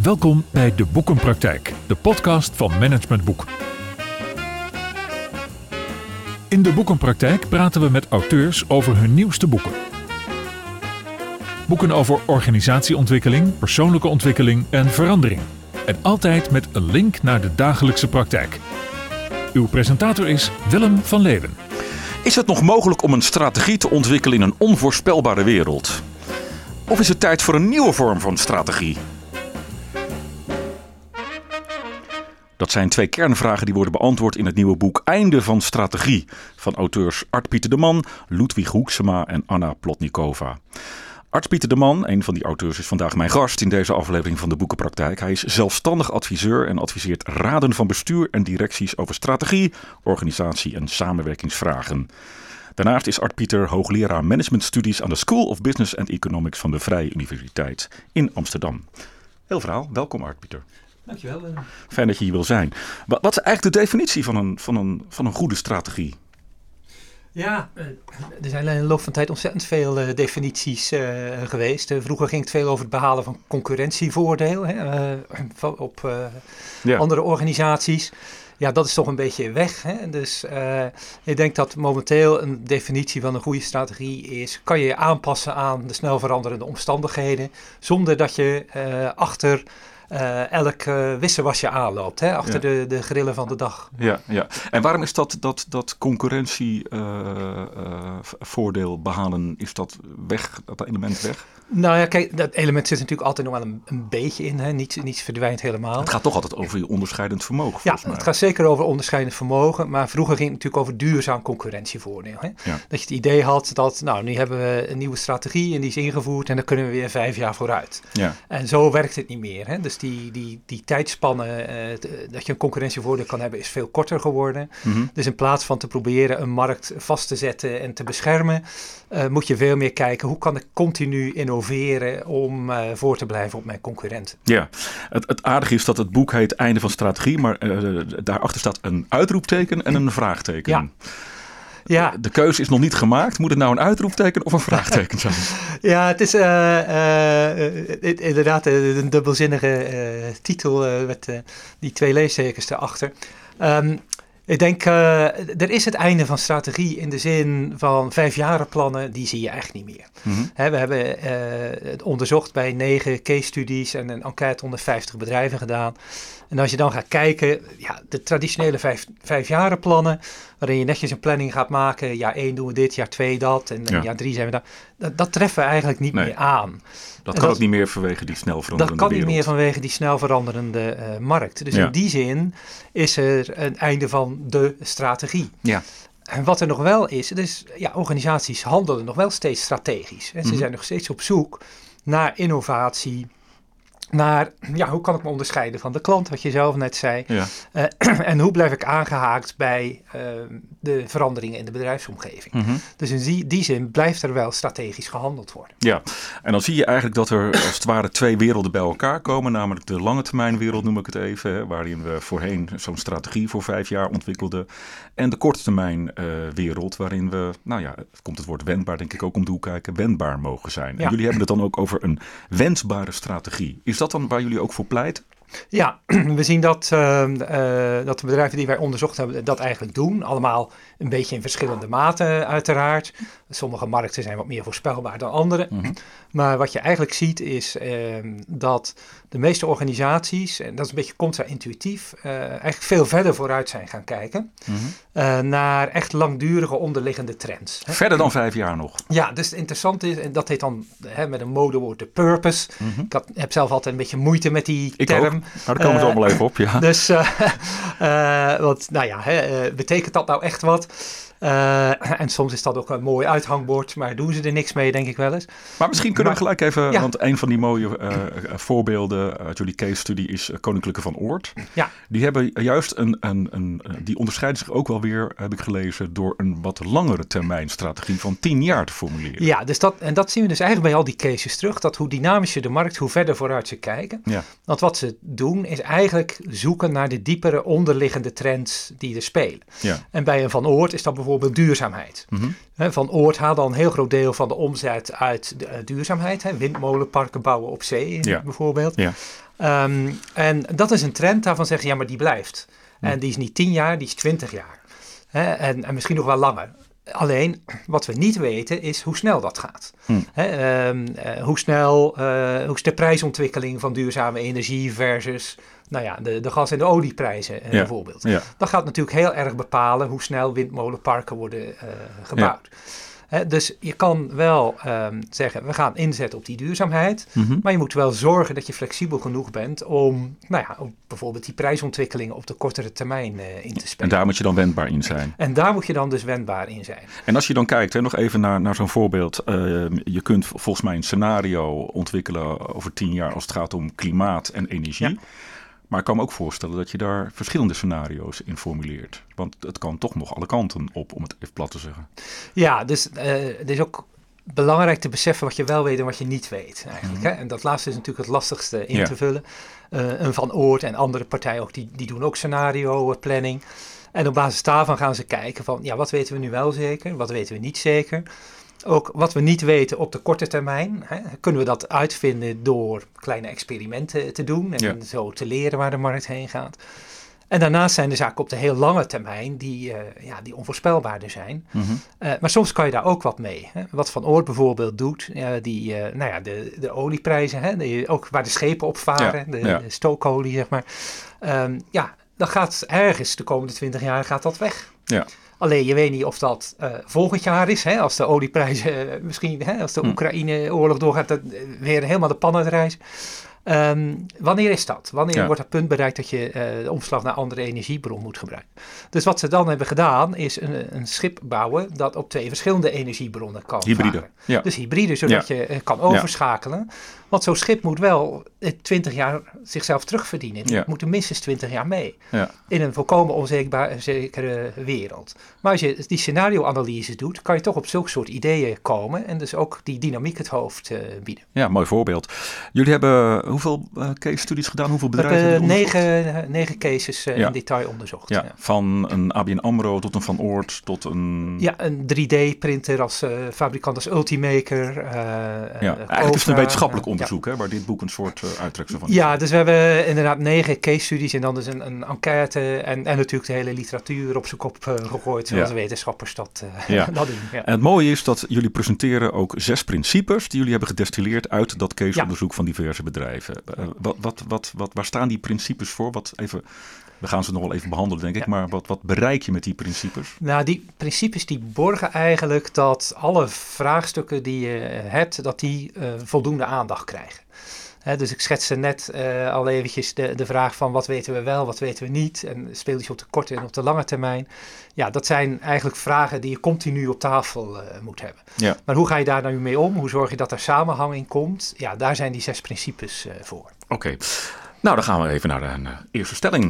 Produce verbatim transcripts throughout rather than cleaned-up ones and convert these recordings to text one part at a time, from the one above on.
Welkom bij De Boekenpraktijk, de podcast van Management Boek. In De Boekenpraktijk praten we met auteurs over hun nieuwste boeken. Boeken over organisatieontwikkeling, persoonlijke ontwikkeling en verandering. En altijd met een link naar de dagelijkse praktijk. Uw presentator is Willem van Leeuwen. Is het nog mogelijk om een strategie te ontwikkelen in een onvoorspelbare wereld? Of is het tijd voor een nieuwe vorm van strategie? Dat zijn twee kernvragen die worden beantwoord in het nieuwe boek Einde van Strategie van auteurs Art Pieter de Man, Ludwig Hoeksema en Anna Plotnikova. Art Pieter de Man, een van die auteurs, is vandaag mijn gast in deze aflevering van de Boekenpraktijk. Hij is zelfstandig adviseur en adviseert raden van bestuur en directies over strategie, organisatie en samenwerkingsvragen. Daarnaast is Art Pieter hoogleraar managementstudies aan de School of Business and Economics van de Vrije Universiteit in Amsterdam. Heel verhaal, welkom Art Pieter. Dankjewel. Fijn dat je hier wil zijn. Wat is eigenlijk de definitie van een, van een, van een goede strategie? Ja, er zijn in de loop van de tijd ontzettend veel uh, definities uh, geweest. Uh, vroeger ging het veel over het behalen van concurrentievoordeel hè, uh, op uh, ja. andere organisaties. Ja, dat is toch een beetje weg. Hè? Dus uh, ik denk dat momenteel een definitie van een goede strategie is: kan je je aanpassen aan de snel veranderende omstandigheden, zonder dat je uh, achter Uh, elk uh, wisselwasje aanloopt, hè, achter ja. de, de grillen van de dag. Ja, ja. En waarom is dat, dat, dat concurrentievoordeel uh, uh, behalen, is dat weg, dat element weg? Nou ja, kijk, dat element zit natuurlijk altijd nog wel een, een beetje in, hè. Niets, niets verdwijnt helemaal. Het gaat toch altijd over je onderscheidend vermogen, Ja, mij. Het gaat zeker over onderscheidend vermogen, maar vroeger ging het natuurlijk over duurzaam concurrentievoordeel. Hè. Ja. Dat je het idee had dat, nou, nu hebben we een nieuwe strategie en die is ingevoerd en dan kunnen we weer vijf jaar vooruit. Ja. En zo werkt het niet meer, hè. Dus die, die, die tijdspanne uh, t- dat je een concurrentievoordeel kan hebben is veel korter geworden. Mm-hmm. Dus in plaats van te proberen een markt vast te zetten en te beschermen, uh, moet je veel meer kijken hoe kan ik continu innoveren om uh, voor te blijven op mijn concurrenten. Ja, het, het aardige is dat het boek heet Einde van Strategie, maar uh, daarachter staat een uitroepteken en een vraagteken. Ja. Ja. De keuze is nog niet gemaakt. Moet het nou een uitroepteken of een vraagteken zijn? Ja, het is uh, uh, inderdaad een dubbelzinnige uh, titel uh, met uh, die twee leestekens erachter. Um, ik denk, uh, er is het einde van strategie in de zin van vijfjarenplannen, die zie je echt niet meer. Mm-hmm. He, we hebben uh, het onderzocht bij negen case studies en een enquête onder vijftig bedrijven gedaan. En als je dan gaat kijken, ja, de traditionele vijf, vijfjarenplannen, waarin je netjes een planning gaat maken, jaar één doen we dit, jaar twee dat en ja. jaar drie zijn we daar. Dat, dat treffen we eigenlijk niet nee. meer aan. Dat kan dat, ook niet meer vanwege die snel veranderende Dat kan wereld. niet meer vanwege die snel veranderende uh, markt. Dus ja. in die zin is er een einde van de strategie. Ja. En wat er nog wel is, dus ja, organisaties handelen nog wel steeds strategisch. En ze mm-hmm. zijn nog steeds op zoek naar innovatie, naar, ja, hoe kan ik me onderscheiden van de klant, wat je zelf net zei. Ja. Uh, en hoe blijf ik aangehaakt bij uh, de veranderingen in de bedrijfsomgeving. Mm-hmm. Dus in die, die zin blijft er wel strategisch gehandeld worden. Ja, en dan zie je eigenlijk dat er als het ware twee werelden bij elkaar komen. Namelijk de lange termijn wereld, noem ik het even. Hè, waarin we voorheen zo'n strategie voor vijf jaar ontwikkelden. En de korte termijn uh, wereld, waarin we, nou ja, het komt het woord wendbaar denk ik ook om de hoek kijken, wendbaar mogen zijn. Ja. En jullie hebben het dan ook over een wensbare strategie. Is dat dan waar jullie ook voor pleiten? Ja, we zien dat, uh, uh, dat de bedrijven die wij onderzocht hebben dat eigenlijk doen. Allemaal een beetje in verschillende maten uiteraard. Sommige markten zijn wat meer voorspelbaar dan andere. Mm-hmm. Maar wat je eigenlijk ziet is uh, dat de meeste organisaties, en dat is een beetje contra-intuïtief, uh, eigenlijk veel verder vooruit zijn gaan kijken. Mm-hmm. Uh, naar echt langdurige onderliggende trends. Hè. Verder dan vijf jaar nog? Ja, dus het interessante is, en dat heet dan hè, met een modewoord de purpose. Mm-hmm. Ik had, heb zelf altijd een beetje moeite met die Ik term. Ook. Nou, daar komen we uh, allemaal even op, ja. Dus, uh, uh, want, nou ja, hè, uh, betekent dat nou echt wat? Uh, en soms is dat ook een mooi uithangbord, maar doen ze er niks mee, denk ik wel eens. Maar misschien kunnen maar, we gelijk even, ja. want een van die mooie uh, voorbeelden uit jullie case study is Koninklijke van Oort. Ja. Die hebben juist een, een, een, die onderscheiden zich ook wel weer, heb ik gelezen, door een wat langere termijn strategie van tien jaar te formuleren. Ja, dus dat, en dat zien we dus eigenlijk bij al die cases terug, dat hoe dynamischer de markt, hoe verder vooruit ze kijken. Ja. Want wat ze doen is eigenlijk zoeken naar de diepere onderliggende trends die er spelen. Ja. En bij een Van Oort is dat bijvoorbeeld bijvoorbeeld duurzaamheid. Mm-hmm. Hè, Van Oort haalt al een heel groot deel van de omzet uit de, uh, duurzaamheid. Hè, windmolenparken bouwen op zee Ja. bijvoorbeeld. Ja. Um, en dat is een trend daarvan zeggen, ja, maar die blijft. Mm. En die is niet tien jaar, die is twintig jaar. Hè, en, en misschien nog wel langer. Alleen, wat we niet weten, is hoe snel dat gaat. Hmm. Hè, um, uh, hoe snel, uh, hoe is de prijsontwikkeling van duurzame energie versus nou ja, de, de gas- en de olieprijzen uh, Ja. bijvoorbeeld. Ja. Dat gaat natuurlijk heel erg bepalen hoe snel windmolenparken worden uh, gebouwd. Ja. Hè, dus je kan wel um, zeggen, we gaan inzetten op die duurzaamheid. Mm-hmm. Maar je moet wel zorgen dat je flexibel genoeg bent om, nou ja, om bijvoorbeeld die prijsontwikkelingen op de kortere termijn uh, in te spelen. En daar moet je dan wendbaar in zijn. En daar moet je dan dus wendbaar in zijn. En als je dan kijkt, hè, nog even naar, naar zo'n voorbeeld. Uh, je kunt volgens mij een scenario ontwikkelen over tien jaar als het gaat om klimaat en energie. Ja. Maar ik kan me ook voorstellen dat je daar verschillende scenario's in formuleert. Want het kan toch nog alle kanten op, om het even plat te zeggen. Ja, dus uh, het is ook belangrijk te beseffen wat je wel weet en wat je niet weet eigenlijk. Mm-hmm. Hè? En dat laatste is natuurlijk het lastigste in ja. te vullen. Uh, een Van Oort en andere partijen ook, die, die doen ook scenario planning. En op basis daarvan gaan ze kijken van, ja, wat weten we nu wel zeker, wat weten we niet zeker. Ook wat we niet weten op de korte termijn, hè, kunnen we dat uitvinden door kleine experimenten te doen en ja. zo te leren waar de markt heen gaat. En daarnaast zijn er zaken op de heel lange termijn die, uh, ja, die onvoorspelbaarder zijn. Mm-hmm. Uh, maar soms kan je daar ook wat mee. Hè. Wat Van Oort bijvoorbeeld doet, uh, die, uh, nou ja, de, de olieprijzen, hè, die, ook waar de schepen op varen, ja. de, ja. de stookolie zeg maar. Um, ja, dat gaat ergens de komende twintig jaar gaat dat weg. Ja. Alleen je weet niet of dat uh, volgend jaar is, hè, als de olieprijzen uh, misschien, hè, als de hm. Oekraïne-oorlog doorgaat, dat uh, weer helemaal de pan uitreizen. Um, wanneer is dat? Wanneer ja. wordt het punt bereikt dat je uh, de omslag naar andere energiebron moet gebruiken? Dus wat ze dan hebben gedaan is een, een schip bouwen dat op twee verschillende energiebronnen kan Hybride. varen. Ja. Dus hybride, zodat ja. je uh, kan overschakelen. Ja. Want zo'n schip moet wel twintig jaar zichzelf terugverdienen. Die ja. moeten minstens twintig jaar mee. Ja. In een volkomen onzekere wereld. Maar als je die scenario-analyse doet, kan je toch op zulke soort ideeën komen. En dus ook die dynamiek het hoofd uh, bieden. Ja, mooi voorbeeld. Jullie hebben hoeveel uh, case studies gedaan? Hoeveel bedrijven we hebben negen, negen cases uh, ja. in detail onderzocht. Ja. Ja. Van een A B N AMRO tot een Van Oort tot een... Ja, een drie D-printer als uh, fabrikant als Ultimaker. Uh, ja. Eigenlijk Cobra, is het een wetenschappelijk onderzoek, ja. hè, waar dit boek een soort uh, uittreksel van is. Ja, dus we hebben inderdaad negen case studies en dan dus een, een enquête en, en natuurlijk de hele literatuur op zijn kop uh, gegooid, zoals ja. wetenschappers dat, uh, ja. dat doen. Ja. En het mooie is dat jullie presenteren ook zes principes die jullie hebben gedestilleerd uit dat caseonderzoek ja. van diverse bedrijven. Uh, wat, wat, wat, wat, waar staan die principes voor? Wat even... We gaan ze nog wel even behandelen, denk ik. Ja. Maar wat, wat bereik je met die principes? Nou, die principes die borgen eigenlijk dat alle vraagstukken die je hebt, dat die uh, voldoende aandacht krijgen. He, dus ik schetste net uh, al eventjes de, de vraag van wat weten we wel, wat weten we niet. En speel je op de korte en op de lange termijn. Ja, dat zijn eigenlijk vragen die je continu op tafel uh, moet hebben. Ja. Maar hoe ga je daar nou mee om? Hoe zorg je dat er samenhang in komt? Ja, daar zijn die zes principes uh, voor. Oké. Okay. Nou, dan gaan we even naar de uh, eerste stelling.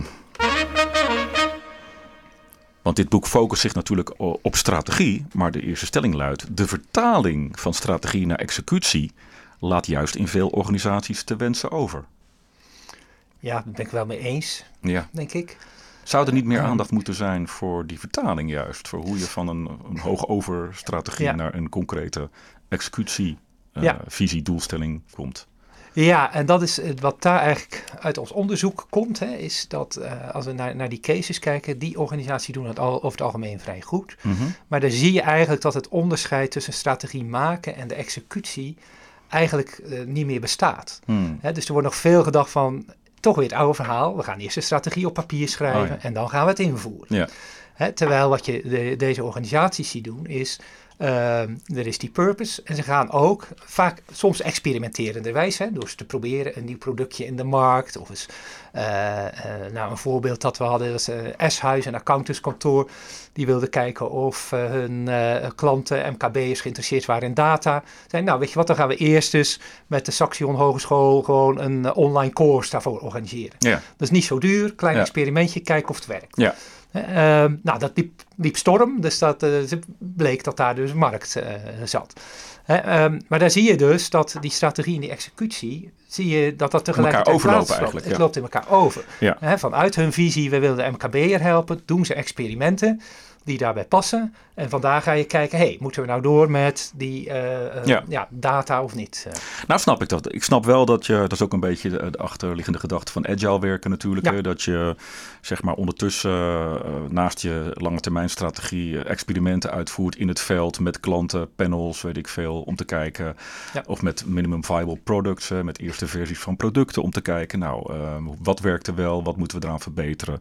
Want dit boek focust zich natuurlijk op strategie, maar de eerste stelling luidt: de vertaling van strategie naar executie laat juist in veel organisaties te wensen over. Ja, daar ben ik wel mee eens, ja. denk ik. Zou er niet meer aandacht moeten zijn voor die vertaling juist? Voor hoe je van een, een hoogover strategie ja. naar een concrete executie, uh, ja. visie, doelstelling komt? Ja, en dat is wat daar eigenlijk uit ons onderzoek komt, hè, is dat uh, als we naar, naar die cases kijken, die organisaties doen het al, over het algemeen vrij goed. Mm-hmm. Maar dan zie je eigenlijk dat het onderscheid tussen strategie maken en de executie eigenlijk uh, niet meer bestaat. Mm. Hè, dus er wordt nog veel gedacht van, toch weer het oude verhaal, we gaan eerst de strategie op papier schrijven oh, ja. en dan gaan we het invoeren. Ja. Hè, terwijl wat je de, deze organisaties ziet doen is, Uh, er is die purpose en ze gaan ook vaak soms experimenterenderwijs, hè, door eens te proberen een nieuw productje in de markt. Of eens, uh, uh, nou een voorbeeld dat we hadden, was uh, S-huis, een accountantskantoor, die wilde kijken of uh, hun uh, klanten, M K B'ers geïnteresseerd waren in data. Zijn, nou weet je wat, dan gaan we eerst dus met de Saxion Hogeschool gewoon een uh, online course daarvoor organiseren. Ja. Dat is niet zo duur, klein ja. experimentje, kijken of het werkt. Ja. Uh, nou, dat liep, liep storm, dus dat uh, bleek dat daar dus markt uh, zat. Uh, um, maar daar zie je dus dat die strategie en die executie, zie je dat dat tegelijkertijd plaatsvindt. Het ja. loopt in elkaar over. Ja. Uh, vanuit hun visie, we willen de M K B'er helpen, doen ze experimenten. die daarbij passen. En vandaar ga je kijken, hey, moeten we nou door met die uh, uh, ja. Ja, data of niet? Nou snap ik dat. Ik snap wel dat je, dat is ook een beetje de, de achterliggende gedachte van agile werken natuurlijk. Ja. Hè, dat je zeg maar ondertussen uh, naast je lange termijn strategie uh, experimenten uitvoert in het veld met klanten, panels, weet ik veel, om te kijken. Ja. Of met minimum viable products, uh, met eerste versies van producten om te kijken. Nou, uh, wat werkt er wel? Wat moeten we eraan verbeteren?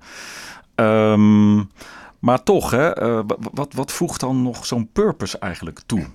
Um, maar toch, hè, uh, wat, wat voegt dan nog zo'n purpose eigenlijk toe?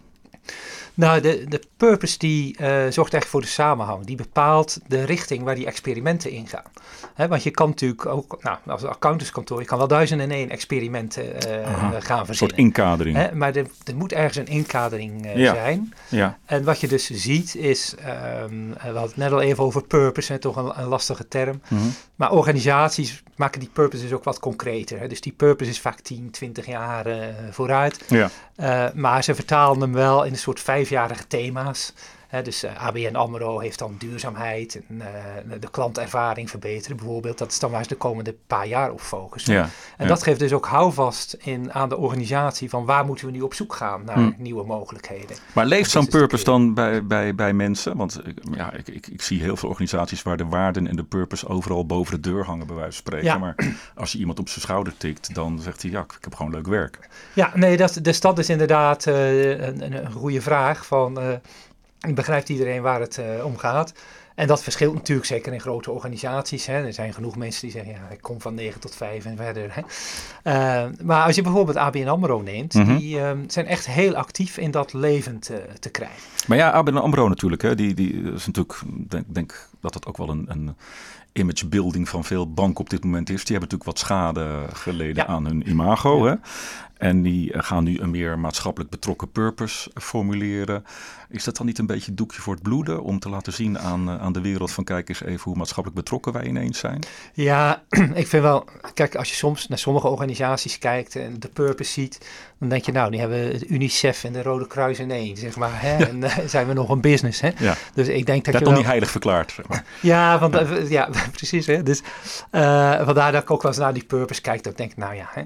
Nou, de, de purpose die uh, zorgt echt voor de samenhang. Die bepaalt de richting waar die experimenten ingaan. Hè, want je kan natuurlijk ook, nou, als accountantskantoor, je kan wel duizenden en één experimenten uh, Aha, gaan verzinnen. Een soort inkadering. Hè, maar er, er moet ergens een inkadering uh, ja. zijn. Ja. En wat je dus ziet is, um, we hadden het net al even over purpose, hè, toch een, een lastige term. Mm-hmm. Maar organisaties maken die purpose dus ook wat concreter. Hè. Dus die purpose is vaak tien, twintig jaar uh, vooruit. Ja. Uh, maar ze vertalen hem wel in een soort vijfjarige thema's. He, dus uh, A B N AMRO heeft dan duurzaamheid en uh, de klantervaring verbeteren bijvoorbeeld. Dat is dan waar ze de komende paar jaar op focussen. Ja, en ja. dat geeft dus ook houvast in, aan de organisatie van waar moeten we nu op zoek gaan naar hmm. nieuwe mogelijkheden. Maar leeft zo'n purpose dan bij, bij, bij mensen? Want ja, ik, ik, ik zie heel veel organisaties waar de waarden en de purpose overal boven de deur hangen bij wijze van spreken. Ja. Maar als je iemand op zijn schouder tikt, dan zegt hij ja, ik heb gewoon leuk werk. Ja, nee, dat, dus dat is inderdaad uh, een, een goede vraag van... Uh, begrijpt iedereen waar het uh, om gaat. En dat verschilt natuurlijk zeker in grote organisaties. Hè. Er zijn genoeg mensen die zeggen, ja, ik kom van negen tot vijf en verder. Hè. Uh, maar als je bijvoorbeeld A B N AMRO neemt, mm-hmm. die um, zijn echt heel actief in dat levend uh, te krijgen. Maar ja, A B N AMRO natuurlijk, hè, die, die is natuurlijk, denk, denk dat het ook wel een... een image building van veel banken op dit moment is. Die hebben natuurlijk wat schade geleden ja. aan hun imago. Ja. Hè? En die gaan nu een meer maatschappelijk betrokken purpose formuleren. Is dat dan niet een beetje doekje voor het bloeden om te laten zien aan, aan de wereld van kijk eens even hoe maatschappelijk betrokken wij ineens zijn? Ja, ik vind wel, kijk, als je soms naar sommige organisaties kijkt en de purpose ziet, dan denk je nou, die hebben het UNICEF en de Rode Kruis in één, zeg maar. Hè? Ja. En uh, zijn we nog een business, hè? Ja. Dus ik denk dat je je wel... nog niet heilig verklaard, zeg maar. Ja, want, uh, ja precies, hè. Dus uh, vandaar dat ik ook wel eens naar die purpose kijk, dat ik denk, nou ja, hè.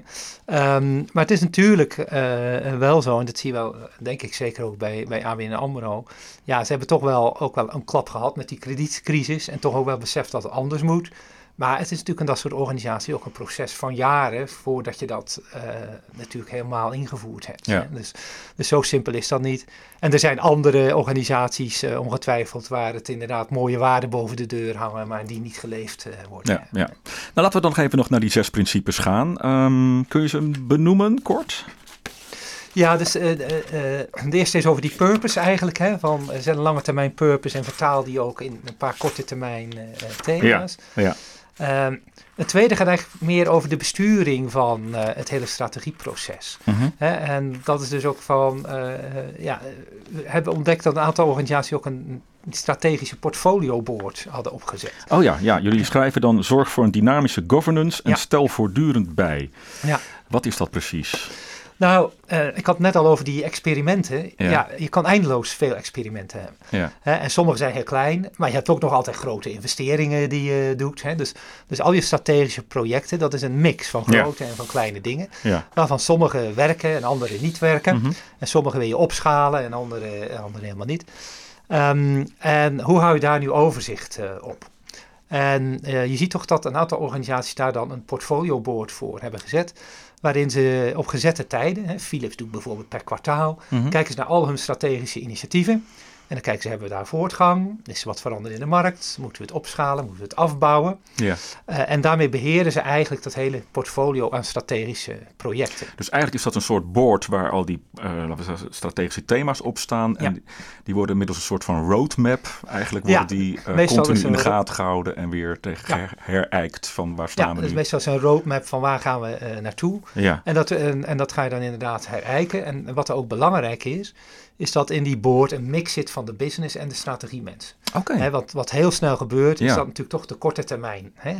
Um, maar het is natuurlijk uh, wel zo, en dat zie je wel, denk ik zeker ook bij, bij A B N AMRO. Ja, ze hebben toch wel ook wel een klap gehad met die kredietcrisis en toch ook wel beseft dat het anders moet. Maar het is natuurlijk in dat soort organisatie ook een proces van jaren voordat je dat uh, natuurlijk helemaal ingevoerd hebt. Ja. Dus, dus zo simpel is dat niet. En er zijn andere organisaties uh, ongetwijfeld waar het inderdaad mooie waarden boven de deur hangen, maar die niet geleefd uh, worden. Ja, ja. Nou, laten we dan nog even nog naar die zes principes gaan. Um, kun je ze benoemen, kort? Ja, dus uh, uh, de eerste is over die purpose eigenlijk. Hè, van uh, zet een lange termijn purpose en vertaal die ook in een paar korte termijn uh, thema's. Ja, ja. Um, het tweede gaat eigenlijk meer over de besturing van uh, het hele strategieproces. Uh-huh. Hè, en dat is dus ook van, uh, ja, we hebben ontdekt dat een aantal organisaties ook een strategische portfolio-board hadden opgezet. Oh ja, ja, jullie schrijven dan zorg voor een dynamische governance en ja. stel voortdurend bij. Ja. Wat is dat precies? Nou, uh, ik had het net al over die experimenten. Ja. ja, je kan eindeloos veel experimenten hebben. Ja. Hè, en sommige zijn heel klein, maar je hebt ook nog altijd grote investeringen die je doet. Hè. Dus, dus al je strategische projecten, dat is een mix van grote ja. en van kleine dingen. Ja. Waarvan sommige werken en andere niet werken. Mm-hmm. En sommige wil je opschalen en andere, en andere helemaal niet. Um, en hoe hou je daar nu overzicht uh, op? En uh, je ziet toch dat een aantal organisaties daar dan een portfolio board voor hebben gezet. Waarin ze op gezette tijden, hè, Philips doet bijvoorbeeld per kwartaal, mm-hmm. kijken ze naar al hun strategische initiatieven. En dan kijken ze, hebben we daar voortgang? Is er wat veranderd in de markt? Moeten we het opschalen? Moeten we het afbouwen? Ja. Uh, en daarmee beheren ze eigenlijk dat hele portfolio aan strategische projecten. Dus eigenlijk is dat een soort board waar al die uh, laten we zeggen, strategische thema's op staan. En ja. die, die worden middels een soort van roadmap eigenlijk worden ja, die uh, continu in de gaten gehouden en weer tegen ja. herijkt van waar staan ja, we dus nu. Meestal is een roadmap van waar gaan we uh, naartoe. Ja. En, dat, en, en dat ga je dan inderdaad herijken. En wat er ook belangrijk is, is dat in die board een mix zit van de business en de strategiemens. Okay. Hè, wat, wat heel snel gebeurt, is ja. dat natuurlijk toch de korte termijn hè,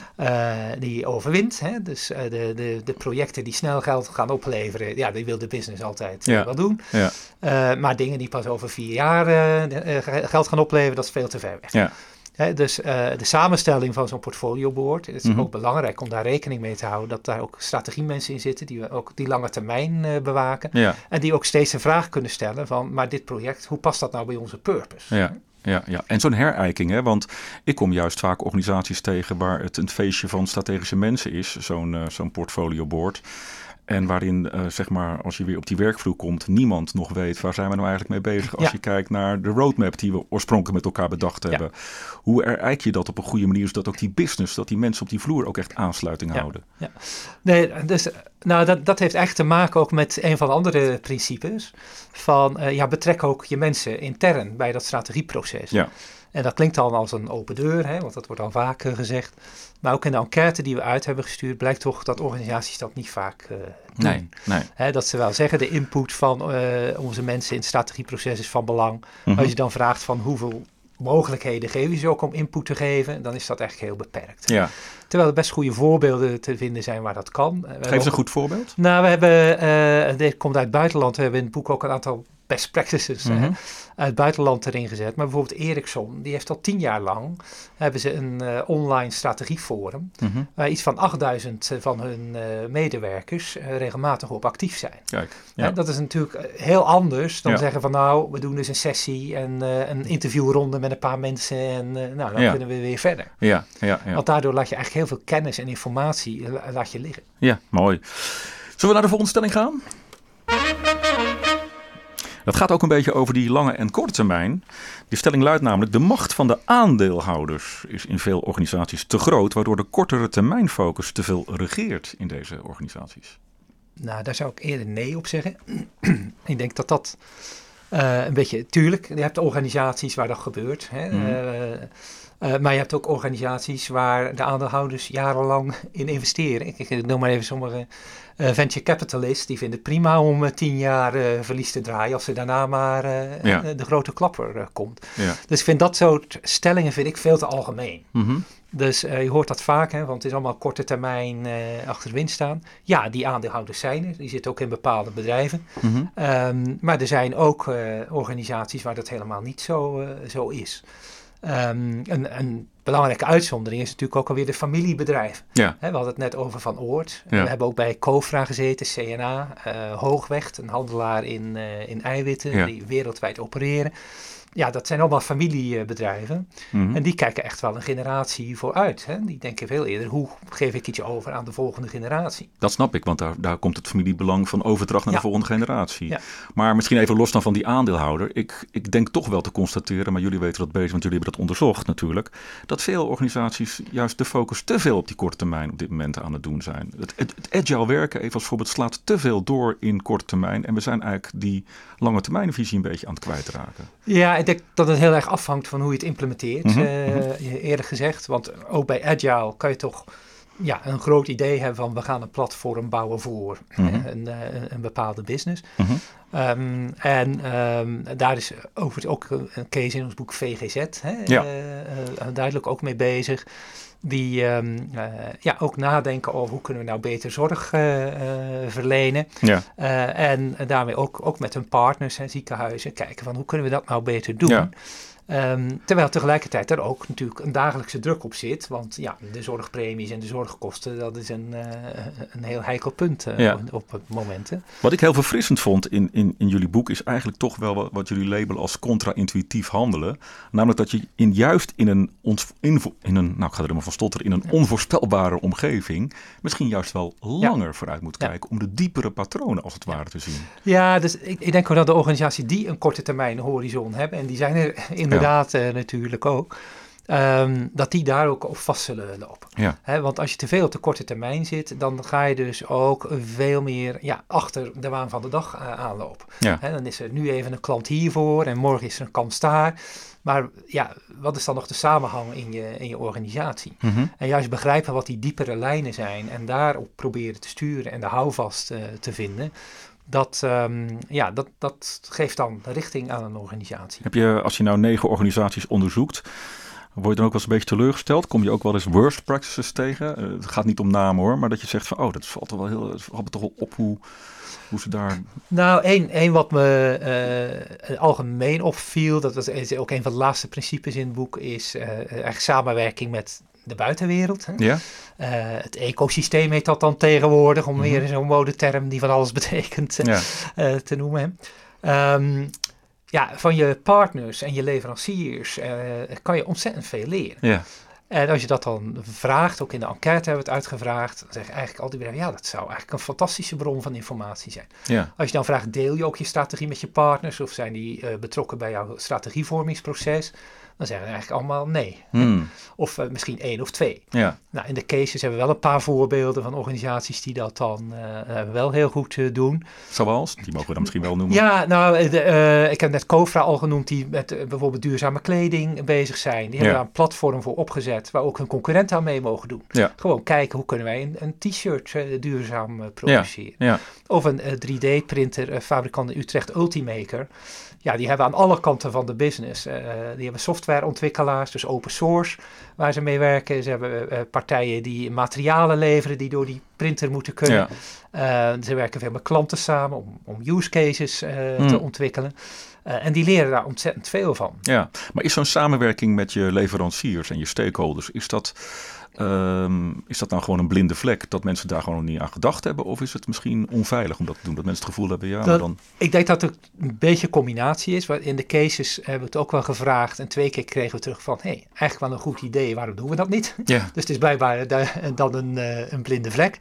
uh, die overwint. Hè? Dus uh, de, de, de projecten die snel geld gaan opleveren, ja, die wil de business altijd ja. uh, wel doen. Ja. Uh, maar dingen die pas over vier jaar uh, uh, geld gaan opleveren, dat is veel te ver weg. Ja. Hè, dus uh, de samenstelling van zo'n portfolioboard, het is mm-hmm. ook belangrijk om daar rekening mee te houden dat daar ook strategiemensen in zitten die ook die lange termijn uh, bewaken. Ja. En die ook steeds de vraag kunnen stellen van, maar dit project, hoe past dat nou bij onze purpose? Ja. Ja, ja, en zo'n herijking, hè? Want ik kom juist vaak organisaties tegen waar het een feestje van strategische mensen is, zo'n, uh, zo'n portfolioboard. En waarin, uh, zeg maar, als je weer op die werkvloer komt, niemand nog weet waar zijn we nou eigenlijk mee bezig. Als ja. je kijkt naar de roadmap die we oorspronkelijk met elkaar bedacht hebben. Ja. Hoe ereik je dat op een goede manier, zodat ook die business, dat die mensen op die vloer ook echt aansluiting ja. houden? Ja. Nee, dus nou, dat, dat heeft echt te maken ook met een van de andere principes. Van, uh, ja, betrek ook je mensen intern bij dat strategieproces. Ja. En dat klinkt dan als een open deur, hè, want dat wordt al vaak uh, gezegd. Maar ook in de enquête die we uit hebben gestuurd, blijkt toch dat organisaties dat niet vaak uh, doen. Nee, nee. Hè, dat ze wel zeggen, de input van uh, onze mensen in het strategieproces is van belang. Mm-hmm. Als je dan vraagt van hoeveel mogelijkheden geven je ze ook om input te geven, dan is dat echt heel beperkt. Ja. Terwijl er best goede voorbeelden te vinden zijn waar dat kan. Geef eens een goed voorbeeld. Nou, we hebben, uh, dit komt uit het buitenland, we hebben in het boek ook een aantal best practices mm-hmm. hè, uit het buitenland erin gezet. Maar bijvoorbeeld Ericsson, die heeft al tien jaar lang, hebben ze een uh, online strategieforum, mm-hmm. waar iets van achtduizend van hun uh, medewerkers uh, regelmatig op actief zijn. Kijk, ja. Hè, dat is natuurlijk heel anders dan ja. zeggen van nou, we doen dus een sessie en uh, een interviewronde met een paar mensen en uh, nou, dan ja. kunnen we weer verder. Ja, ja, ja. Want daardoor laat je eigenlijk heel veel kennis en informatie uh, laat je liggen. Ja, mooi. Zullen we naar de volgende stelling gaan? Dat gaat ook een beetje over die lange en korte termijn. Die stelling luidt namelijk: de macht van de aandeelhouders is in veel organisaties te groot, waardoor de kortere termijnfocus te veel regeert in deze organisaties. Nou, daar zou ik eerder nee op zeggen. Ik denk dat dat uh, een beetje, tuurlijk, je hebt organisaties waar dat gebeurt. Hè? Mm. Uh, uh, maar je hebt ook organisaties waar de aandeelhouders jarenlang in investeren. Ik, ik noem maar even sommige uh, venture capitalists, die vinden het prima om uh, tien jaar uh, verlies te draaien als er daarna maar uh, ja. uh, de grote klapper uh, komt. Ja. Dus ik vind dat soort stellingen vind ik veel te algemeen. Mm-hmm. Dus uh, je hoort dat vaak, hè, want het is allemaal korte termijn uh, achter de wind staan. Ja, die aandeelhouders zijn er. Die zitten ook in bepaalde bedrijven. Mm-hmm. Um, maar er zijn ook uh, organisaties waar dat helemaal niet zo, uh, zo is. Um, een, een belangrijke uitzondering is natuurlijk ook alweer de familiebedrijven. Ja. He, we hadden het net over Van Oort. Ja. We hebben ook bij Cofra gezeten, C N A, uh, Hoogweg, een handelaar in, uh, in eiwitten, ja. die wereldwijd opereren. Ja, dat zijn allemaal familiebedrijven. Mm-hmm. En die kijken echt wel een generatie vooruit. Hè? Die denken veel eerder, hoe geef ik iets over aan de volgende generatie? Dat snap ik, want daar, daar komt het familiebelang van overdracht naar ja. de volgende generatie. Ja. Maar misschien even los dan van die aandeelhouder. Ik, ik denk toch wel te constateren, maar jullie weten dat beter, want jullie hebben dat onderzocht natuurlijk, dat veel organisaties juist de focus te veel op die korte termijn op dit moment aan het doen zijn. Het, het, het agile werken, even als voorbeeld, slaat te veel door in korte termijn. En we zijn eigenlijk die lange termijnvisie een beetje aan het kwijtraken. Ja, ik denk dat het heel erg afhangt van hoe je het implementeert, mm-hmm. uh, eerlijk gezegd. Want ook bij Agile kan je toch ja, een groot idee hebben van we gaan een platform bouwen voor mm-hmm. een, een, een bepaalde business. Mm-hmm. Um, en um, daar is overigens ook een case in ons boek V G Z hè, ja. uh, uh, duidelijk ook mee bezig. Die um, uh, ja, ook nadenken over hoe kunnen we nou beter zorg uh, uh, verlenen. Ja. Uh, en daarmee ook, ook met hun partners en ziekenhuizen kijken van hoe kunnen we dat nou beter doen. Ja. Um, terwijl tegelijkertijd er ook natuurlijk een dagelijkse druk op zit. Want ja, de zorgpremies en de zorgkosten, dat is een, uh, een heel heikel punt uh, ja. op het moment. Hè. Wat ik heel verfrissend vond in, in, in jullie boek is eigenlijk toch wel wat, wat jullie labelen als contra-intuïtief handelen. Namelijk dat je in, juist in een, ons, in, in een, nou ik ga er maar van stotteren, in een ja. onvoorspelbare omgeving misschien juist wel langer ja. vooruit moet kijken ja. om de diepere patronen als het ware te zien. Ja, dus ik, ik denk wel dat de organisaties die een korte termijn horizon hebben, en die zijn er inderdaad Inderdaad uh, natuurlijk ook, um, dat die daar ook op vast zullen lopen. Ja. He, want als je te veel op de korte termijn zit, dan ga je dus ook veel meer ja, achter de waan van de dag uh, aanlopen. Ja. He, dan is er nu even een klant hiervoor en morgen is er een kans daar. Maar ja, wat is dan nog de samenhang in je, in je organisatie? Mm-hmm. En juist begrijpen wat die diepere lijnen zijn en daarop proberen te sturen en de houvast uh, te vinden. Dat, um, ja, dat, dat geeft dan richting aan een organisatie. Heb je, als je nou negen organisaties onderzoekt, Word je dan ook wel eens een beetje teleurgesteld? Kom je ook wel eens worst practices tegen? Uh, het gaat niet om namen hoor, maar dat je zegt van, oh, dat valt toch wel heel, het valt me toch wel op hoe, hoe ze daar... Nou, één, één wat me uh, algemeen opviel, dat was ook een van de laatste principes in het boek, is uh, eigenlijk samenwerking met de buitenwereld. Hè? Ja. Uh, het ecosysteem heet dat dan tegenwoordig, om Mm-hmm. weer zo'n modeterm die van alles betekent uh, ja. uh, te noemen. Um, ja, van je partners en je leveranciers uh, kan je ontzettend veel leren. Ja. En als je dat dan vraagt, ook in de enquête hebben we het uitgevraagd, dan zeggen eigenlijk al die bedrijven, ja, dat zou eigenlijk een fantastische bron van informatie zijn. Ja. Als je dan vraagt, deel je ook je strategie met je partners of zijn die uh, betrokken bij jouw strategievormingsproces? Dan zeggen ze eigenlijk allemaal nee. Hmm. Of uh, misschien één of twee. Ja. Nou, in de cases hebben we wel een paar voorbeelden van organisaties die dat dan uh, wel heel goed uh, doen. Zoals? Die mogen we dan misschien wel noemen. Ja, nou, de, uh, ik heb net Cofra al genoemd, die met uh, bijvoorbeeld duurzame kleding bezig zijn. Die hebben ja. daar een platform voor opgezet waar ook hun concurrenten aan mee mogen doen. Ja. Gewoon kijken, hoe kunnen wij een, een t-shirt uh, duurzaam uh, produceren. Ja. Ja. Of een uh, drie D-printer, uh, fabrikant in Utrecht, Ultimaker. Ja, die hebben aan alle kanten van de business. Uh, die hebben softwareontwikkelaars, dus open source, waar ze mee werken. Ze hebben uh, partijen die materialen leveren die door die printer moeten kunnen. Ja. Uh, ze werken veel met klanten samen om, om use cases uh, hmm. te ontwikkelen. Uh, en die leren daar ontzettend veel van. Ja, maar is zo'n samenwerking met je leveranciers en je stakeholders, is dat... Um, is dat nou gewoon een blinde vlek dat mensen daar gewoon nog niet aan gedacht hebben? Of is het misschien onveilig om dat te doen? Dat mensen het gevoel hebben, ja, dat, maar dan... Ik denk dat het een beetje een combinatie is. In de cases hebben we het ook wel gevraagd. En twee keer kregen we terug van, hé, hey, eigenlijk wel een goed idee. Waarom doen we dat niet? Ja. Dus het is blijkbaar dan een, een blinde vlek.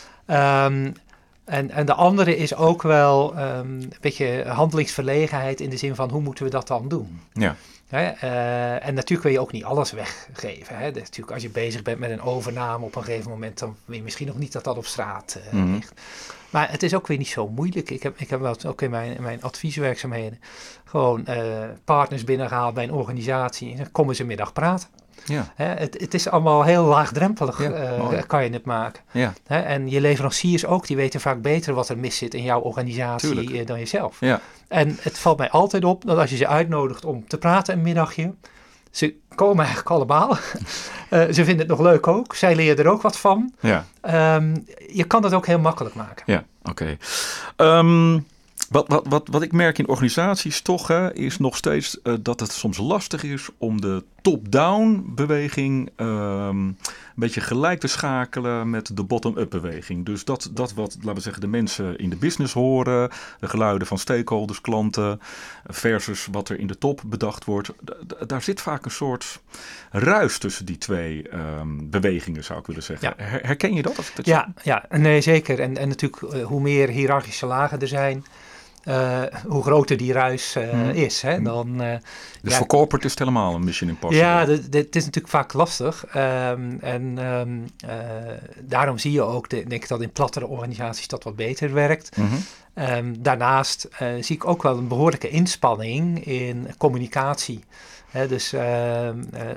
Um, en, en de andere is ook wel um, een beetje handelingsverlegenheid in de zin van, hoe moeten we dat dan doen? Ja. Hè, uh, en natuurlijk wil je ook niet alles weggeven. Hè. Dus natuurlijk als je bezig bent met een overname op een gegeven moment, dan wil je misschien nog niet dat dat op straat uh, mm-hmm. ligt. Maar het is ook weer niet zo moeilijk. Ik heb, ik heb wel ook in mijn, in mijn advieswerkzaamheden gewoon uh, partners binnengehaald bij een organisatie en dan komen ze middag praten. Ja. Hè, het, het is allemaal heel laagdrempelig, ja, uh, kan je het maken. Ja. Hè, en je leveranciers ook, die weten vaak beter wat er mis zit in jouw organisatie uh, dan jezelf. Ja. En het valt mij altijd op dat als je ze uitnodigt om te praten een middagje, ze komen eigenlijk allemaal. uh, ze vinden het nog leuk ook. Zij leren er ook wat van. Ja. Um, je kan dat ook heel makkelijk maken. Ja, oké. Okay. Um... Wat, wat, wat, wat ik merk in organisaties toch hè, is nog steeds uh, dat het soms lastig is om de top-down beweging um, een beetje gelijk te schakelen met de bottom-up beweging. Dus dat, dat wat, laten we zeggen, de mensen in de business horen, de geluiden van stakeholders, klanten, versus wat er in de top bedacht wordt. D- d- daar zit vaak een soort ruis tussen die twee um, bewegingen, zou ik willen zeggen. Ja. Her, herken je dat? Als ik dat ja, ja, nee, zeker. En, en natuurlijk, uh, hoe meer hiërarchische lagen er zijn, Uh, hoe groter die ruis uh, hmm. is. Hè, dan, uh, dus ja, voor corporate is het helemaal een mission impossible. Ja, het is natuurlijk vaak lastig. Um, en um, uh, daarom zie je ook, de, denk ik dat in plattere organisaties dat wat beter werkt. Mm-hmm. Um, daarnaast uh, zie ik ook wel een behoorlijke inspanning in communicatie. He, dus uh, uh,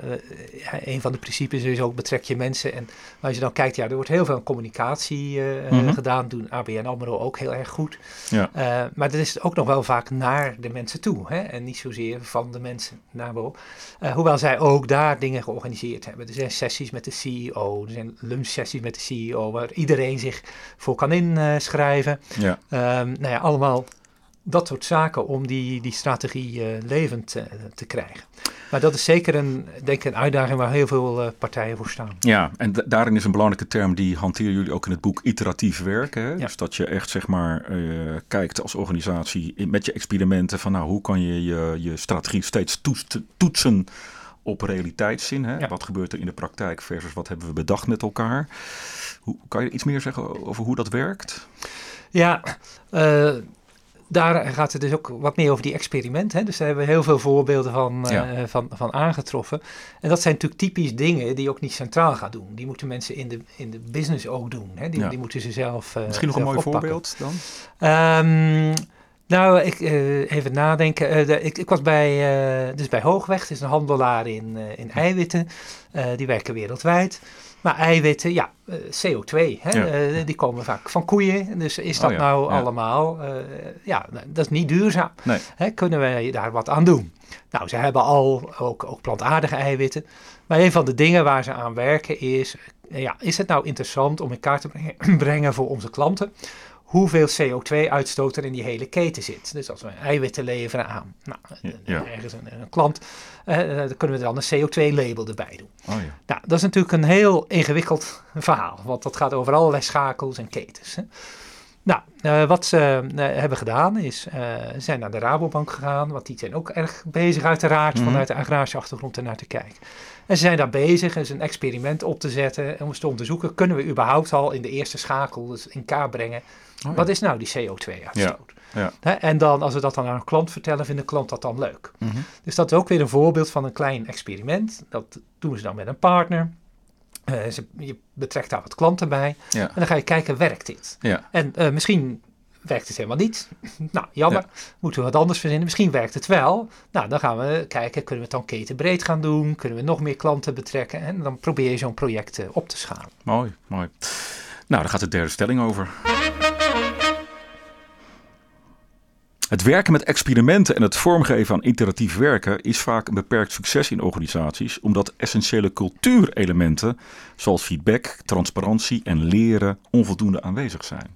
een van de principes is ook betrek je mensen. En als je dan kijkt, ja, er wordt heel veel communicatie uh, mm-hmm. gedaan. Doen A B N AMRO ook heel erg goed. Ja. Uh, maar dat is ook nog wel vaak naar de mensen toe. Hè? En niet zozeer van de mensen naar boven. Uh, hoewel zij ook daar dingen georganiseerd hebben. Er zijn sessies met de C E O. Er zijn lunchsessies met de C E O. Waar iedereen zich voor kan inschrijven. Ja. Um, nou ja, allemaal dat soort zaken om die, die strategie uh, levend uh, te krijgen. Maar dat is zeker een, denk ik, een uitdaging waar heel veel uh, partijen voor staan. Ja, en d- daarin is een belangrijke term, die hanteren jullie ook in het boek iteratief werken. Hè? Ja. Dus dat je echt, zeg maar, uh, kijkt als organisatie in, met je experimenten van, nou, hoe kan je je, je strategie steeds toets, toetsen op realiteitszin. Hè? Ja. Wat gebeurt er in de praktijk versus wat hebben we bedacht met elkaar? Hoe, kan je iets meer zeggen over hoe dat werkt? Ja, uh, daar gaat het dus ook wat meer over die experimenten. Hè? Dus daar hebben we heel veel voorbeelden van, ja. uh, van, van aangetroffen. En dat zijn natuurlijk typisch dingen die je ook niet centraal gaat doen. Die moeten mensen in de, in de business ook doen. Hè? Die, ja. die moeten ze zelf uh, Misschien nog een mooi oppakken. voorbeeld dan? Um, nou, ik, uh, even nadenken. Uh, de, ik, ik was bij, uh, dus bij Hoogweg. Het is een handelaar in, uh, in eiwitten. Uh, die werken wereldwijd. Maar eiwitten, ja, uh, C O twee, hè, Ja. uh, die komen vaak van koeien. Dus is dat oh ja, nou ja. allemaal, uh, ja, dat is niet duurzaam. Nee. Hè, kunnen wij daar wat aan doen? Nou, ze hebben al ook, ook plantaardige eiwitten. Maar een van de dingen waar ze aan werken is, uh, ja, is het nou interessant om in kaart te brengen, brengen voor onze klanten hoeveel C O twee uitstoot er in die hele keten zit. Dus als we eiwitten leveren aan nou, ja. ergens een, een klant, uh, dan kunnen we dan een C O twee label erbij doen. Oh, ja. Nou, dat is natuurlijk een heel ingewikkeld verhaal, want dat gaat over allerlei schakels en ketens. Hè. Nou, uh, wat ze uh, hebben gedaan is, uh, ze zijn naar de Rabobank gegaan, want die zijn ook erg bezig uiteraard Mm-hmm. vanuit de agrarische achtergrond ernaar te kijken. En ze zijn daar bezig, is een experiment op te zetten om eens te onderzoeken, kunnen we überhaupt al in de eerste schakel dus in kaart brengen, oh, ja. wat is nou die C O twee uitstoot? Ja. Ja. En dan, als we dat dan aan een klant vertellen, vindt de klant dat dan leuk. Mm-hmm. Dus dat is ook weer een voorbeeld van een klein experiment. Dat doen ze dan met een partner. Uh, ze, je betrekt daar wat klanten bij. Ja. En dan ga je kijken, werkt dit? Ja. En uh, misschien werkt het helemaal niet. Nou, jammer. Ja. Moeten we wat anders verzinnen. Misschien werkt het wel. Nou, dan gaan we kijken, kunnen we het dan ketenbreed gaan doen? Kunnen we nog meer klanten betrekken? En dan probeer je zo'n project uh, op te schalen. Mooi, mooi. Nou, daar gaat de derde stelling over. Het werken met experimenten en het vormgeven aan iteratief werken is vaak een beperkt succes in organisaties, omdat essentiële cultuurelementen zoals feedback, transparantie en leren onvoldoende aanwezig zijn.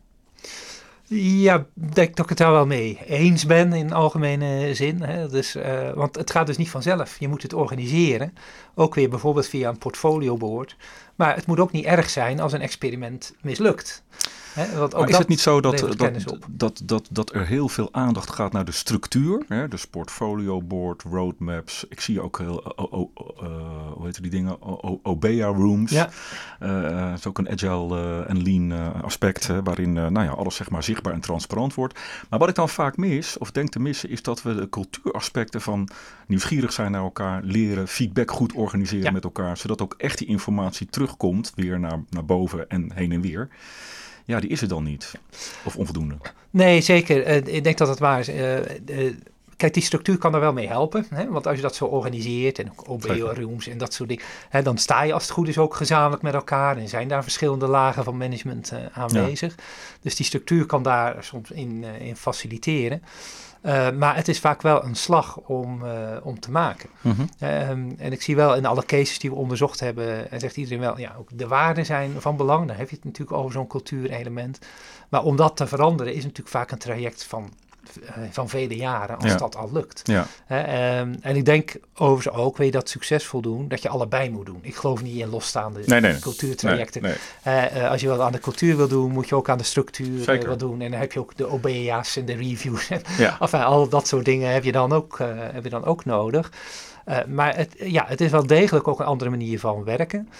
Ja, ik denk dat ik het daar wel mee eens ben in algemene zin. Hè. Dus, uh, want het gaat dus niet vanzelf. Je moet het organiseren. Ook weer bijvoorbeeld via een portfolioboard. Maar het moet ook niet erg zijn als een experiment mislukt. Hè, want ook maar is dat het niet zo dat, dat, dat, dat, dat, dat er heel veel aandacht gaat naar de structuur? Hè? Dus portfolioboard, roadmaps. Ik zie ook heel, uh, uh, uh, hoe heet die dingen? O B A rooms. Ja. Uh, het is ook een agile uh, en lean uh, aspect, hè, waarin uh, nou ja, alles zeg maar zichtbaar en transparant wordt. Maar wat ik dan vaak mis, of denk te missen, is dat we de cultuuraspecten van nieuwsgierig zijn naar elkaar, leren, feedback goed organiseren ja. met elkaar, zodat ook echt die informatie terugkomt, weer naar, naar boven en heen en weer. Ja, die is er dan niet. Of onvoldoende. Nee, zeker. Uh, ik denk dat het waar is. Uh, uh, kijk, die structuur kan er wel mee helpen. Hè? Want als je dat zo organiseert en O B A-rooms en dat soort dingen, hè, dan sta je als het goed is ook gezamenlijk met elkaar en zijn daar verschillende lagen van management uh, aanwezig. Ja. Dus die structuur kan daar soms in, uh, in faciliteren. Uh, maar het is vaak wel een slag om, uh, om te maken. Mm-hmm. Um, en ik zie wel in alle cases die we onderzocht hebben, en zegt iedereen wel, ja, ook de waarden zijn van belang. Dan heb je het natuurlijk over zo'n cultuurelement. Maar om dat te veranderen is natuurlijk vaak een traject van, uh, van vele jaren, als ja. dat al lukt. Ja. Uh, um, en ik denk overigens ook, wil je dat succesvol doen, dat je allebei moet doen. Ik geloof niet in losstaande nee, nee, cultuurtrajecten. Nee, nee. Uh, uh, als je wat aan de cultuur wil doen, moet je ook aan de structuur uh, wat doen. En dan heb je ook de O B A's en de reviews. Ja. Enfin, al dat soort dingen heb je dan ook, uh, heb je dan ook nodig. Uh, maar het, ja, het is wel degelijk ook een andere manier van werken.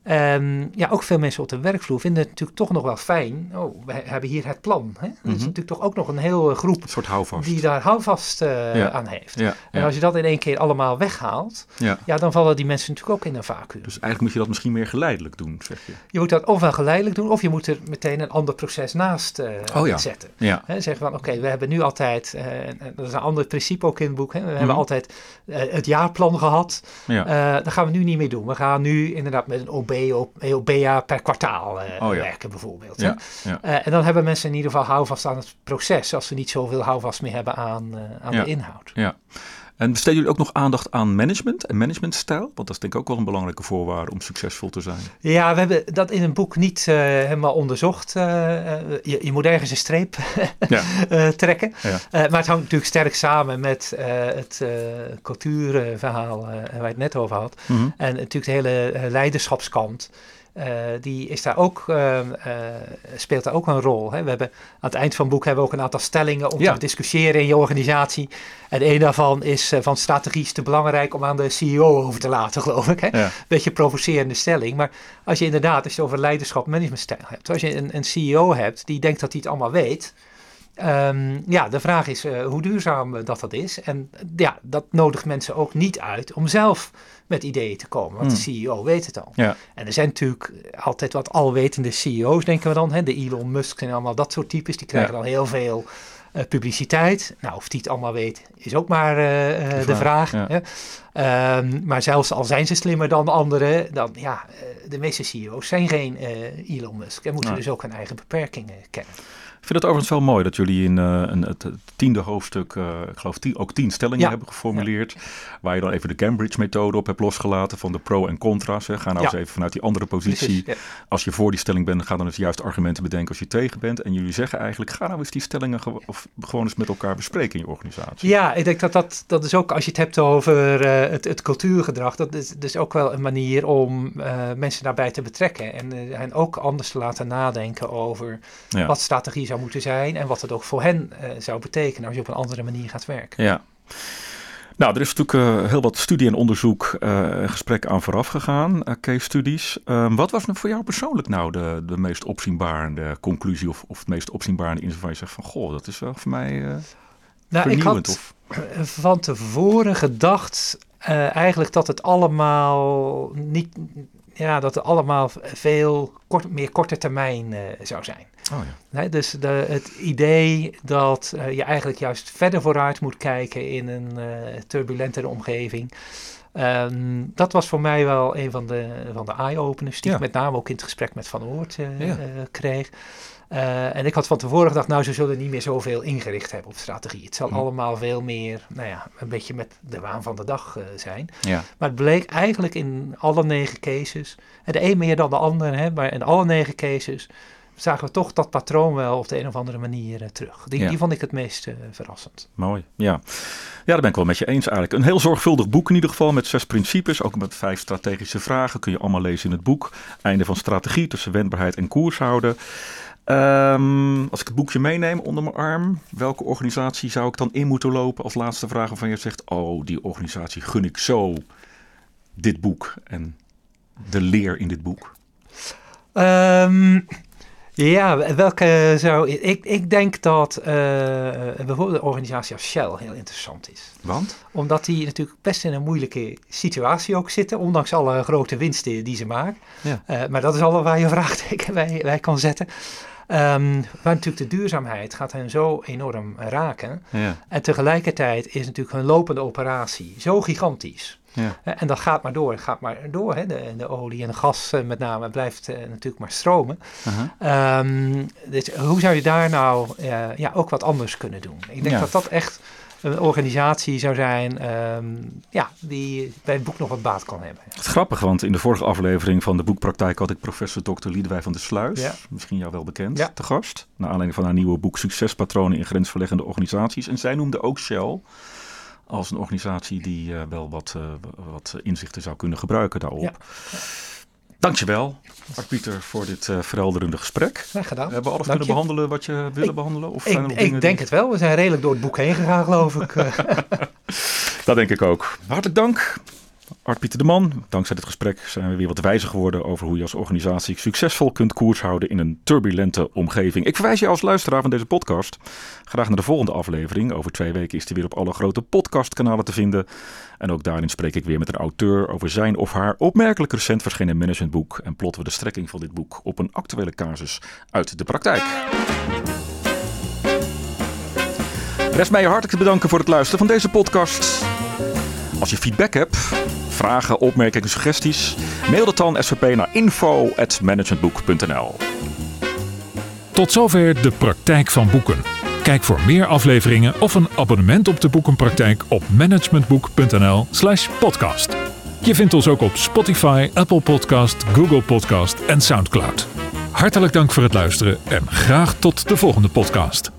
Um, ja, ook veel mensen op de werkvloer vinden het natuurlijk toch nog wel fijn. Oh, we hebben hier het plan. Hè? Mm-hmm. Dat is natuurlijk toch ook nog een hele groep een soort houvast. Die daar houvast uh, ja. aan heeft. Ja, en ja. als je dat in één keer allemaal weghaalt, ja. Ja, dan vallen die mensen natuurlijk ook in een vacuüm. Dus eigenlijk moet je dat misschien meer geleidelijk doen, zeg je? Je moet dat ofwel geleidelijk doen, of je moet er meteen een ander proces naast uh, oh, ja. zetten. Ja. He, zeggen van, oké, okay, we hebben nu altijd, uh, en dat is een ander principe ook in het boek, hè, we mm-hmm. hebben altijd uh, het jaarplan gehad. Ja. Uh, dat gaan we nu niet meer doen. We gaan nu inderdaad met een O B, O B A per kwartaal uh, oh, ja. werken bijvoorbeeld. Ja. Ja. Uh, en dan hebben mensen in ieder geval houvast aan het proces, als ze niet zoveel houvast meer hebben aan, uh, aan ja. de inhoud. Ja. En besteden jullie ook nog aandacht aan management en managementstijl? Want dat is denk ik ook wel een belangrijke voorwaarde om succesvol te zijn. Ja, we hebben dat in een boek niet uh, helemaal onderzocht. Uh, je, je moet ergens een streep ja. uh, trekken. Ja. Uh, maar het hangt natuurlijk sterk samen met uh, het uh, cultuurverhaal uh, waar je het net over had. Mm-hmm. En natuurlijk de hele leiderschapskant. Uh, die is daar ook, uh, uh, speelt daar ook een rol. Hè? We hebben, aan het eind van het boek hebben we ook een aantal stellingen om ja. te discussiëren in je organisatie. En een daarvan is uh, van strategie is te belangrijk om aan de C E O over te laten, geloof ik. Hè? Ja. Beetje provocerende stelling. Maar als je inderdaad, als je het over leiderschap managementstijl hebt. Als je een, een C E O hebt die denkt dat hij het allemaal weet. Um, ja, de vraag is uh, hoe duurzaam dat dat is. En ja, dat nodigt mensen ook niet uit om zelf met ideeën te komen. Want mm. de C E O weet het al. Ja. En er zijn natuurlijk altijd wat alwetende C E O's, denken we dan. Hè? De Elon Musk en allemaal dat soort types. Die krijgen ja. dan heel veel Uh, publiciteit, nou of die het allemaal weet, is ook maar uh, uh, de vraag. Ja. Hè? Um, maar zelfs al zijn ze slimmer dan anderen, dan ja, uh, de meeste C E O's zijn geen uh, Elon Musk en moeten ja. dus ook hun eigen beperkingen kennen. Ik vind het overigens wel mooi dat jullie in uh, een, het tiende hoofdstuk, uh, ik geloof tien, ook tien stellingen ja. hebben geformuleerd. Ja. Waar je dan even de Cambridge-methode op hebt losgelaten van de pro- en contra's. Hè. Ga nou ja. eens even vanuit die andere positie. Precies, ja. Als je voor die stelling bent, ga dan eens juist argumenten bedenken als je tegen bent. En jullie zeggen eigenlijk, ga nou eens die stellingen ge- of gewoon eens met elkaar bespreken in je organisatie. Ja, ik denk dat dat, dat is ook, als je het hebt over uh, het, het cultuurgedrag, dat is dus ook wel een manier om uh, mensen daarbij te betrekken. En, uh, en ook anders te laten nadenken over ja. wat strategie zou moeten zijn en wat het ook voor hen uh, zou betekenen als je op een andere manier gaat werken. Ja. Nou, er is natuurlijk uh, heel wat studie en onderzoek en uh, gesprekken aan vooraf gegaan, uh, case studies. Um, wat was nou voor jou persoonlijk nou de, de meest opzienbarende conclusie of, of het meest opzienbarende inzicht waar je zegt van, goh, dat is wel voor mij uh, nou, vernieuwend? Ik had of... van tevoren gedacht uh, eigenlijk dat het allemaal niet... Ja, dat het allemaal veel kort, meer korte termijn uh, zou zijn. Oh ja. Nee, dus de, het idee dat uh, je eigenlijk juist verder vooruit moet kijken in een uh, turbulentere omgeving. Um, dat was voor mij wel een van de, van de eye-openers die ja. ik met name ook in het gesprek met Van Oort uh, ja. uh, kreeg. Uh, en ik had van tevoren gedacht, nou, ze zullen niet meer zoveel ingericht hebben op strategie. Het zal mm. allemaal veel meer, nou ja, een beetje met de waan van de dag uh, zijn. Ja. Maar het bleek eigenlijk in alle negen cases, en de een meer dan de ander, hè, maar in alle negen cases zagen we toch dat patroon wel op de een of andere manier uh, terug. Die, ja. die vond ik het meest uh, verrassend. Mooi, ja. Ja, daar ben ik wel met je eens eigenlijk. Een heel zorgvuldig boek in ieder geval met zes principes. Ook met vijf strategische vragen. Kun je allemaal lezen in het boek. Einde van strategie tussen wendbaarheid en koers houden. Um, als ik het boekje meeneem onder mijn arm, welke organisatie zou ik dan in moeten lopen als laatste vraag waarvan je zegt, oh, die organisatie gun ik zo dit boek en de leer in dit boek? Um, ja, welke zou... Ik, ik denk dat uh, bijvoorbeeld een organisatie als Shell heel interessant is. Want? Omdat die natuurlijk best in een moeilijke situatie ook zitten, ondanks alle grote winsten die ze maken. Ja. Uh, maar dat is al waar je vraagteken bij, bij kan zetten. Um, maar natuurlijk de duurzaamheid gaat hen zo enorm raken. Ja. En tegelijkertijd is natuurlijk hun lopende operatie zo gigantisch. Ja. Uh, en dat gaat maar door, gaat maar door. Hè. De, de olie en de gas uh, met name blijft uh, natuurlijk maar stromen. Uh-huh. Um, dus hoe zou je daar nou uh, ja, ook wat anders kunnen doen? Ik denk ja. dat dat echt een organisatie zou zijn um, ja, die bij het boek nog wat baat kan hebben. Het is grappig, want in de vorige aflevering van de boekpraktijk had ik professor dokter Liedewij van der Sluis, ja. misschien jou wel bekend, ja. te gast. Naar aanleiding van haar nieuwe boek Succespatronen in grensverleggende organisaties. En zij noemde ook Shell als een organisatie die uh, wel wat, uh, wat inzichten zou kunnen gebruiken daarop. Ja. Ja. Dankjewel, Art-Pieter, voor dit uh, verhelderende gesprek. Graag gedaan. We hebben alles Dank kunnen je. behandelen wat je willen ik, behandelen? Of ik zijn er nog ik dingen denk die... het wel. We zijn redelijk door het boek heen gegaan, geloof ik. Dat denk ik ook. Hartelijk dank, Art-Pieter de Man. Dankzij dit gesprek zijn we weer wat wijzer geworden over hoe je als organisatie succesvol kunt koers houden in een turbulente omgeving. Ik verwijs je als luisteraar van deze podcast graag naar de volgende aflevering. Over twee weken is die weer op alle grote podcastkanalen te vinden. En ook daarin spreek ik weer met een auteur over zijn of haar opmerkelijk recent verschenen managementboek. En plotten we de strekking van dit boek op een actuele casus uit de praktijk. Rest mij je hartelijk te bedanken voor het luisteren van deze podcast. Als je feedback hebt, vragen, opmerkingen, suggesties, mail dat dan S V P naar info at managementboek punt n l. Tot zover de praktijk van boeken. Kijk voor meer afleveringen of een abonnement op de boekenpraktijk op managementboek punt n l slash podcast. Je vindt ons ook op Spotify, Apple Podcast, Google Podcast en Soundcloud. Hartelijk dank voor het luisteren en graag tot de volgende podcast.